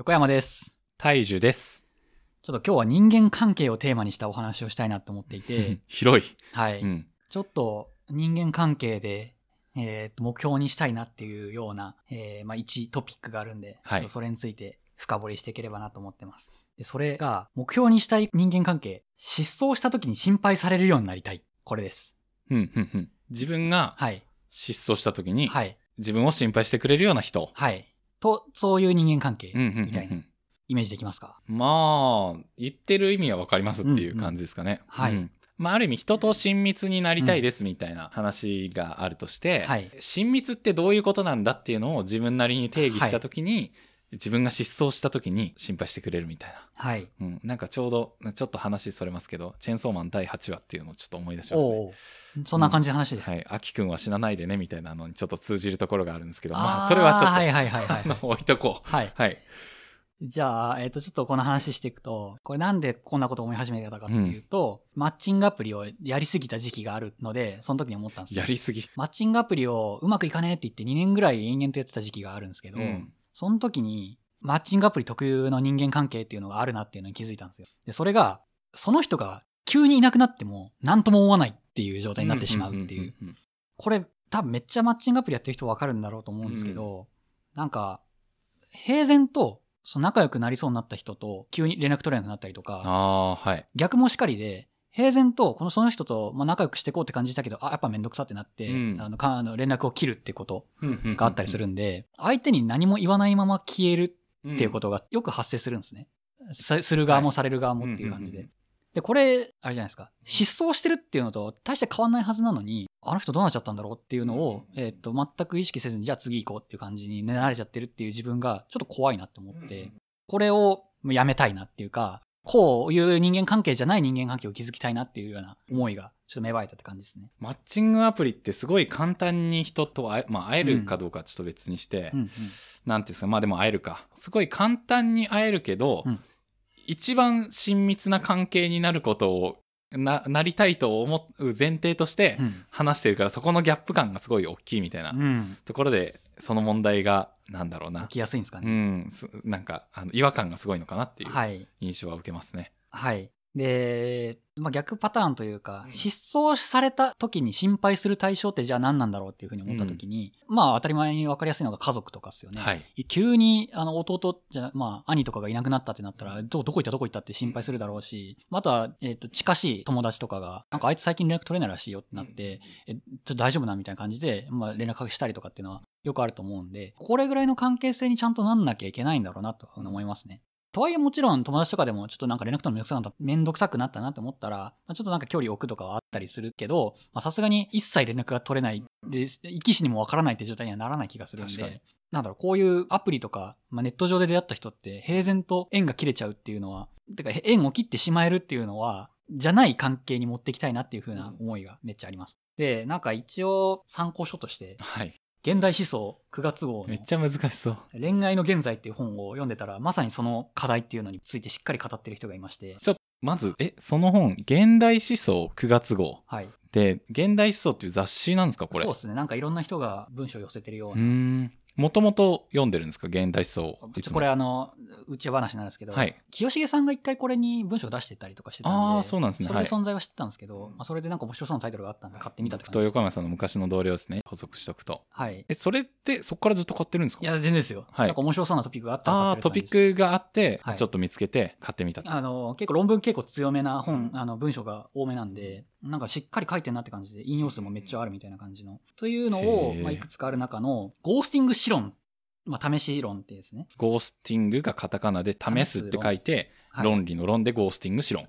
横山です。 大樹です。 ちょっと今日は人間関係をテーマにしたお話をしたいなと思っていて広い。 はい、ちょっと人間関係で、目標にしたいなっていうような、一トピックがあるんで、ちょっとそれについて深掘りしていければなと思ってます。でそれが目標にしたい人間関係、失踪した時に心配されるようになりたい。これです。 自分が失踪した時に、自分を心配してくれるような人。 と、そういう人間関係みたいなイメージできますか？ まあ、言ってる意味はわかりますっていう感じですかね。まあ、ある意味人と親密になりたいですみたいな話があるとして、親密ってどういうことなんだっていうのを自分なりに定義した時に、自分が失踪した時に心配してくれるみたいな。なんかちょっと話それますけど、チェーンソーマン第8話っていうのをちょっと思い出しますね。 そんな感じの話で。 アキくんは死なないでねみたいなのにちょっと通じるところがあるんですけど、まあそれはちょっと置いとこう。 じゃあ、ちょっとこの話していくと、これなんでこんなこと思い始めたかっていうと、マッチングアプリをやりすぎた時期があるので、その時に思ったんですよ。 やりすぎ。 マッチングアプリをうまくいかねえって言って2年ぐらい延々とやってた時期があるんですけど、その時にマッチングアプリ特有の人間関係っていうのがあるなっていうのに気づいたんですよ。で、それが、その人が急にいなくなっても何とも思わないっていう状態になってしまうっていう。これ多分めっちゃマッチングアプリやってる人分かるんだろうと思うんですけど、なんか、平然とその仲良くなりそうになった人と急に連絡取れなくなったりとか、逆もしかりで、平然とその人と仲良くしていこうって感じしたけど、やっぱめんどくさってなって、連絡を切るってことがあったりするんで、相手に何も言わないまま消えるっていうことがよく発生するんですね。する側もされる側もっていう感じで。で、これ、あれじゃないですか。失踪してるっていうのと大して変わんないはずなのに、あの人どうなっちゃったんだろうっていうのを、全く意識せずに、じゃあ次行こうっていう感じに慣れちゃってるっていう自分がちょっと怖いなって思って、これをやめたいなっていうか、こういう人間関係じゃない人間関係を築きたいなっていうような思いがちょっと芽生えたって感じですね。 マッチングアプリってすごい簡単に人と会えるかどうかちょっと別にして、なんていうんですか、まあでも会えるか。すごい簡単に会えるけど、一番親密な関係になることを なりたいと思う前提として話してるから、そこのギャップ感がすごい大きいみたいなところで、その問題がなんだろうな、 起きやすいんですかね。 なんか違和感がすごいのかなっていう印象は受けますね。 で、逆パターンというか、失踪された時に心配する対象ってじゃあ何なんだろうっていうふうに思った時に、当たり前に分かりやすいのが家族とかですよね。急に弟じゃ兄とかがいなくなったってなったら、どこ行ったって心配するだろうし、あとは近しい友達とかがなんかあいつ最近連絡取れないらしいよってなって、ちょっと大丈夫なみたいな感じで連絡したりとかっていうのはよくあると思うんで、これぐらいの関係性にちゃんとなんなきゃいけないんだろうなと思いますね。とはいえもちろん友達とかでもちょっとなんか連絡取るのめんどくさくなったなって思ったら、ちょっとなんか距離を置くとかはあったりするけど、さすがに一切連絡が取れないで、生き死にもわからないって状態にはならない気がするんで、なんだろう、こういうアプリとか、ネット上で出会った人って平然と縁が切れちゃうっていうのは、てか縁を切ってしまえるっていうのは、じゃない関係に持っていきたいなっていう風な思いがめっちゃあります。で、なんか一応参考書として、現代思想9月号のめっちゃ難しそう。 恋愛の現在っていう本を読んでたら、まさにその課題っていうのについてしっかり語ってる人がいまして。 まず、その本、現代思想9月号。で、現代思想っていう雑誌なんですか、これ。 そうですね。なんかいろんな人が文章を寄せてるような。 もともと読んでるんですか、現代思想。 これうち話なんですけど、清重さんが一回これに文章を出してたりとかしてたんで、 そうなんですね。 それで存在は知ったんですけど、それでなんか面白そうなタイトルがあったんで買ってみたって感じです。 横山さんの昔の同僚ですね。補足しとくと。それってそこからずっと買ってるんですか？ いや、全然ですよ。なんか面白そうなトピックがあったら買ってるトピックがあって、ちょっと見つけて買ってみた。 結構論文結構強めな本、文章が多めなんで、なんかしっかり書いてんなって感じで、引用数もめっちゃあるみたいな感じの。というのを、いくつかある中の、ゴースティング思論。試し論ってですね。 ゴースティングがカタカナで試すって書いて、論理の論でゴースティング思論。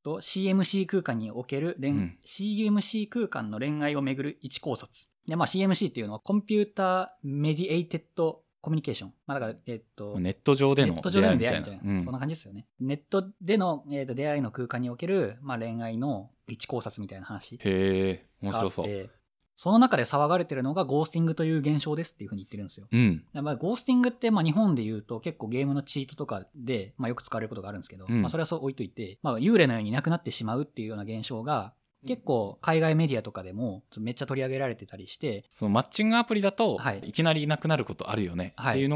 CMC 空間におけるCMC 空間の恋愛をめぐる一考察。で、CMC っていうのはコンピューターメディエイテッドコミュニケーション。だから、 ネット上での出会いみたいな。 そんな感じですよね。ネットでの、出会いの空間における、恋愛の一考察みたいな話。 面白そう。 その中で騒がれてるのがゴースティングという現象ですっていうふうに言ってるんですよ。ゴースティングって日本で言うと結構ゲームのチートとかでよく使われることがあるんですけど、それはそう置いといて、幽霊のようにいなくなってしまうっていうような現象が結構海外メディアとかでもめっちゃ取り上げられてたりして、 そのマッチングアプリだといきなりいなくなることあるよねっていうのが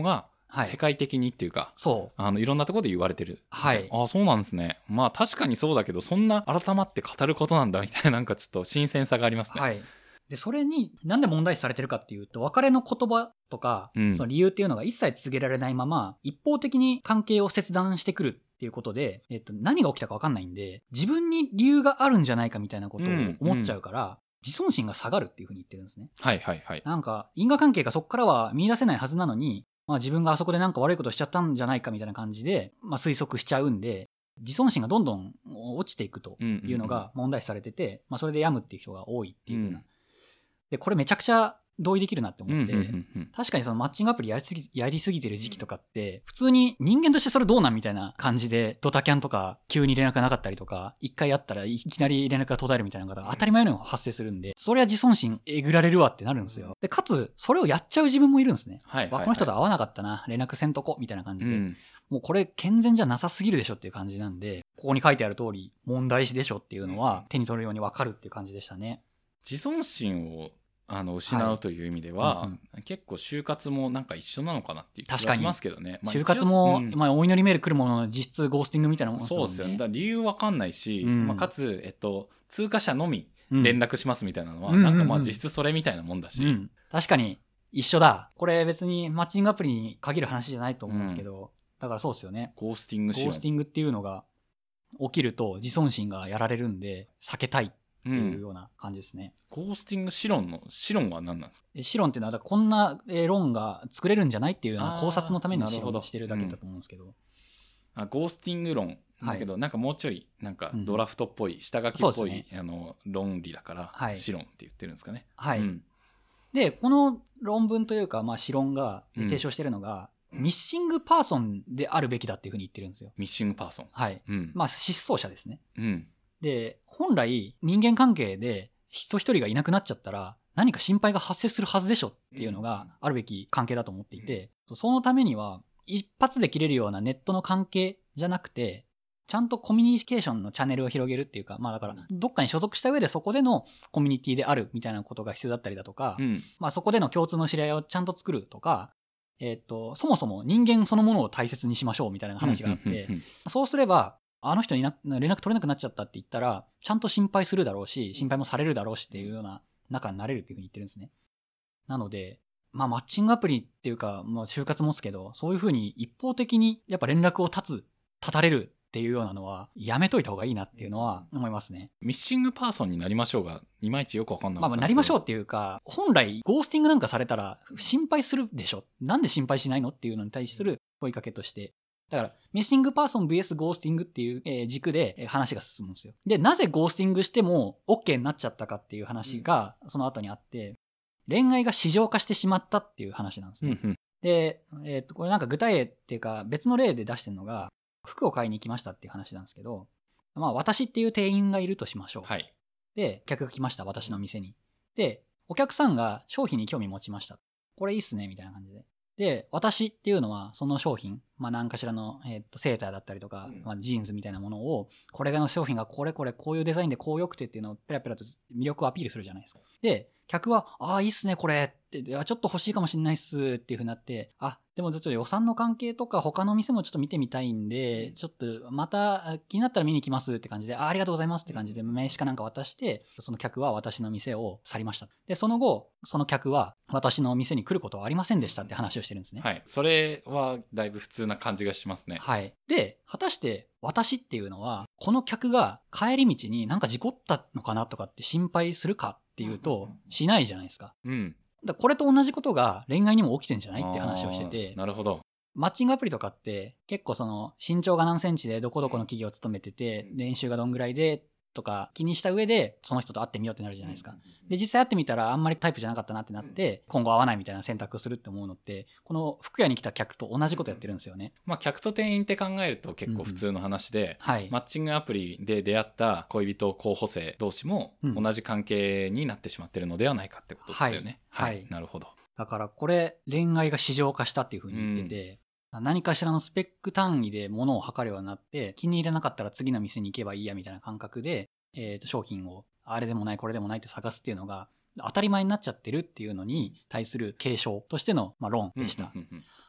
世界的にっていうか、 そう。 いろんなところで言われてる。 はい。 あ、そうなんですね。まあ確かにそうだけど、そんな改まって語ることなんだみたいな、なんかちょっと新鮮さがありますね。 はい。で、それになんで問題視されてるかっていうと、別れの言葉とか、その理由っていうのが一切告げられないまま、一方的に関係を切断してくるっていうことで、何が起きたか分かんないんで、自分に理由があるんじゃないかみたいなことを思っちゃうから、自尊心が下がるっていうふうに言ってるんですね。 はいはいはい。 なんか、因果関係がそこからは見出せないはずなのに、まあ自分があそこでなんか悪いことしちゃったんじゃないかみたいな感じで、まあ推測しちゃうんで、自尊心がどんどん落ちていくというのが問題視されてて、まあそれで病むっていう人が多いっていう風な。で、これめちゃくちゃ同意できるなって思って、確かにそのマッチングアプリやりすぎてる時期とかって、普通に人間としてそれどうなんみたいな感じで、ドタキャンとか急に連絡がなかったりとか、一回やったらいきなり連絡が途絶えるみたいなことが当たり前のように発生するんで、それは自尊心えぐられるわってなるんですよ。で、かつ、それをやっちゃう自分もいるんですね。この人と会わなかったな、連絡せんとこ、みたいな感じで。もうこれ健全じゃなさすぎるでしょっていう感じなんで、ここに書いてある通り、問題視でしょっていうのは手に取るようにわかるっていう感じでしたね。 自尊心を失うという意味では、結構就活もなんか一緒なのかなっていう気がしますけどね。 就活も、まあ、お祈りメール来るものの実質ゴースティングみたいなもんですよね。 そうですよね。だから理由わかんないし、まあ、かつ、通過者のみ連絡しますみたいなのは、なんかまあ実質それみたいなもんだし。 確かに一緒だ。これ別にマッチングアプリに限る話じゃないと思うんですけど、だからそうですよね。 ゴースティングしよう。 ゴースティングっていうのが起きると自尊心がやられるんで、避けたい。っていうような感じですね。 ゴースティングシロンは何なんですか？ シロンっていうのはこんな論が作れるんじゃないっていうような考察のためにシロンしてるだけだと思うんですけど。 ゴースティング論だけど、なんかもうちょいなんかドラフトっぽい、下書きっぽい、論理だから、シロンって言ってるんですかね。 はい。で、この論文というか、まあ、シロンが提唱してるのが、ミッシングパーソンであるべきだっていうふうに言ってるんですよ。 ミッシングパーソン。 はい。まあ、失踪者ですね。で、本来人間関係で人一人がいなくなっちゃったら何か心配が発生するはずでしょっていうのがあるべき関係だと思っていて、そのためには一発で切れるようなネットの関係じゃなくて、ちゃんとコミュニケーションのチャンネルを広げるっていうか、まあだからどっかに所属した上でそこでのコミュニティであるみたいなことが必要だったりだとか、まあそこでの共通の知り合いをちゃんと作るとか、そもそも人間そのものを大切にしましょうみたいな話があって、そうすればあの人に連絡取れなくなっちゃったって言ったら、ちゃんと心配するだろうし、心配もされるだろうしっていうような仲になれるっていうふうに言ってるんですね。なので、まあマッチングアプリっていうか、まあ就活もですけど、そういうふうに一方的にやっぱ連絡を絶たれるっていうようなのは、やめといた方がいいなっていうのは思いますね。 ミッシングパーソンになりましょうが、いまいちよくわかんない。 まあなりましょうっていうか、本来ゴースティングなんかされたら心配するでしょ。なんで心配しないのっていうのに対する問いかけとして、だから、ミッシングパーソン vs ゴースティングっていう軸で話が進むんですよ。で、なぜゴースティングしても OK になっちゃったかっていう話がその後にあって、恋愛が市場化してしまったっていう話なんですね。で、これなんか具体例っていうか別の例で出してるのが、服を買いに行きましたっていう話なんですけど、まあ私っていう店員がいるとしましょう。 はい。 で、客が来ました、私の店に。で、お客さんが商品に興味持ちました。これいいっすね、みたいな感じで。で、私っていうのはその商品、まあ何かしらの、セーターだったりとか、まあジーンズみたいなものを、これの商品がこういうデザインでこう良くてっていうのをペラペラと魅力をアピールするじゃないですか。で、客は、いいっすね、これって、ちょっと欲しいかもしれないっすっていう風になって、でもちょっと予算の関係とか他の店もちょっと見てみたいんで、ちょっとまた気になったら見に来ますって感じで、ありがとうございますって感じで名刺かなんか渡して、その客は私の店を去りました。で、その後、その客は私の店に来ることはありませんでしたって話をしてるんですね。 はい。それはだいぶ普通な感じがしますね。 はい。で、果たして私っていうのは、この客が帰り道になんか事故ったのかなとかって心配するかっていうと、しないじゃないですか。だこれと同じことが恋愛にも起きてんじゃないって話をしてて。 なるほど。 マッチングアプリとかって結構その身長が何センチでどこどこの企業を勤めてて、年収がどんぐらいでとか気にした上でその人と会ってみようってなるじゃないですか。で、実際会ってみたらあんまりタイプじゃなかったなってなって今後会わないみたいな選択をするって思うのって、この服屋に来た客と同じことやってるんですよね。 まあ客と店員って考えると結構普通の話で、 はい、 マッチングアプリで出会った恋人候補生同士も同じ関係になってしまってるのではないかってことですよね。はい。なるほど。 だからこれ恋愛が市場化したっていう風に言ってて、何かしらのスペック単位で物を測るようになって、気に入らなかったら次の店に行けばいいやみたいな感覚で、商品をあれでもないこれでもないって探すっていうのが当たり前になっちゃってるっていうのに対する警鐘としての、論でした。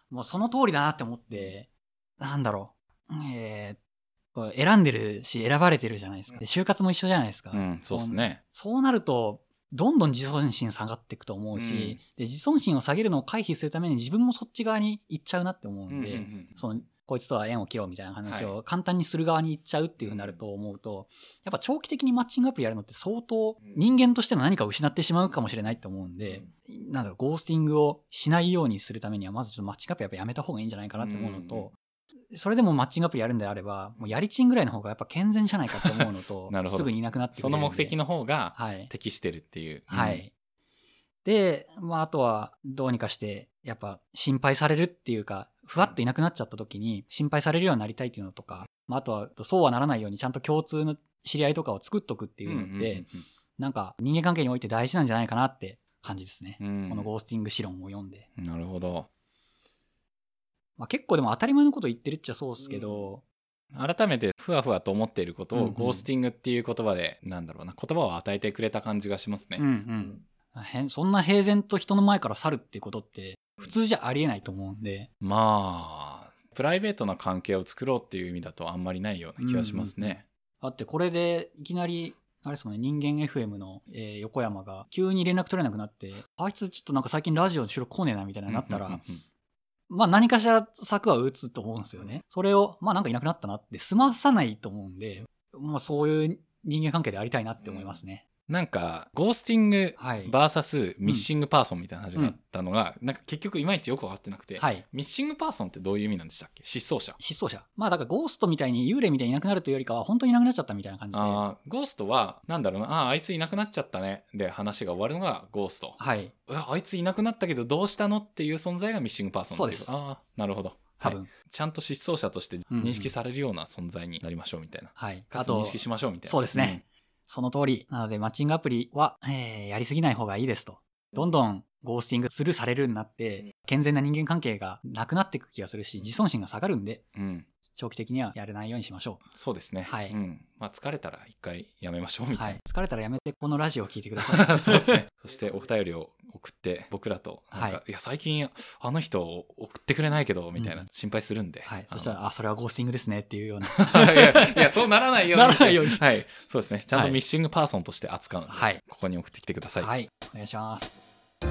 もうその通りだなって思って、なんだろう。選んでるし選ばれてるじゃないですか。で就活も一緒じゃないですか。 そうですね。 そうなると、どんどん自尊心下がっていくと思うし、で自尊心を下げるのを回避するために自分もそっち側に行っちゃうなって思うんで、こいつとは縁を切ろうみたいな話を簡単にする側に行っちゃうっていう風になると思うと、やっぱ長期的にマッチングアプリやるのって相当人間としての何かを失ってしまうかもしれないと思うんで、なんだろう、ゴースティングをしないようにするためにはまずちょっとマッチングアプリやっぱやめた方がいいんじゃないかなって思うのと、それでもマッチングアプリやるんであれば、もうやりちんぐらいの方がやっぱ健全じゃないかと思うのと、すぐにいなくなってくるんで。 その目的の方が適してるっていう。 はい。で、あとはどうにかして、やっぱ心配されるっていうか、ふわっといなくなっちゃった時に心配されるようになりたいっていうのとか、あとはそうはならないようにちゃんと共通の知り合いとかを作っとくっていうのって、なんか人間関係において大事なんじゃないかなって感じですね。このゴースティング史論を読んで。 なるほど。 結構でも当たり前のこと言ってるっちゃそうですけど、 改めてふわふわと思っていることをゴースティングっていう言葉で、なんだろうな、言葉を与えてくれた感じがしますね。 そんな平然と人の前から去るっていうことって普通じゃありえないと思うんで。 プライベートな関係を作ろうっていう意味だとあんまりないような気がしますね。 だってこれでいきなり、あれですもんね、人間 FM の、横山が急に連絡取れなくなって、あいつちょっとなんか最近ラジオ収録来ねえなみたいになったら、何かしら策は打つと思うんですよね。それを、なんかいなくなったなって済まさないと思うんで、そういう人間関係でありたいなって思いますね。 なんかゴースティング vs ミッシングパーソンみたいな話があったのが、なんか結局いまいちよく分かってなくて、ミッシングパーソンってどういう意味なんでしたっけ？失踪者。 だからゴーストみたいに幽霊みたいにいなくなるというよりかは本当にいなくなっちゃったみたいな感じで。 ゴーストはなんだろうな、あいついなくなっちゃったねで話が終わるのがゴースト。あいついなくなったけどどうしたのっていう存在がミッシングパーソン。そうです。なるほど。多分、ちゃんと失踪者として認識されるような存在になりましょうみたいな。かつ認識しましょうみたいな。 そうですね。その通り。なので、マッチングアプリは、やりすぎない方がいいですと。どんどんゴースティングスルーされるようになって、健全な人間関係がなくなっていく気がするし、自尊心が下がるんで、長期的にはやれないようにしましょう。 そうですね。疲れたら一回やめましょうみたいな。 疲れたらやめてこのラジオを聞いてください。 そうですね。そしてお便りを送って僕らといや最近あの人送ってくれないけどみたいな心配するんで、 そしたらそれはゴースティングですねっていうような。 いやそうならないように。 ならないように。 そうですね。ちゃんとミッシングパーソンとして扱うので、ここに送ってきてください。 お願いします。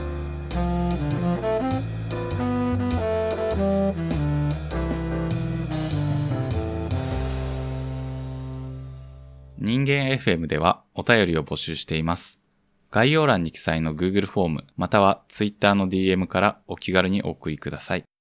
人間 FM ではお便りを募集しています。概要欄に記載の Google フォームまたは Twitter の DM からお気軽にお送りください。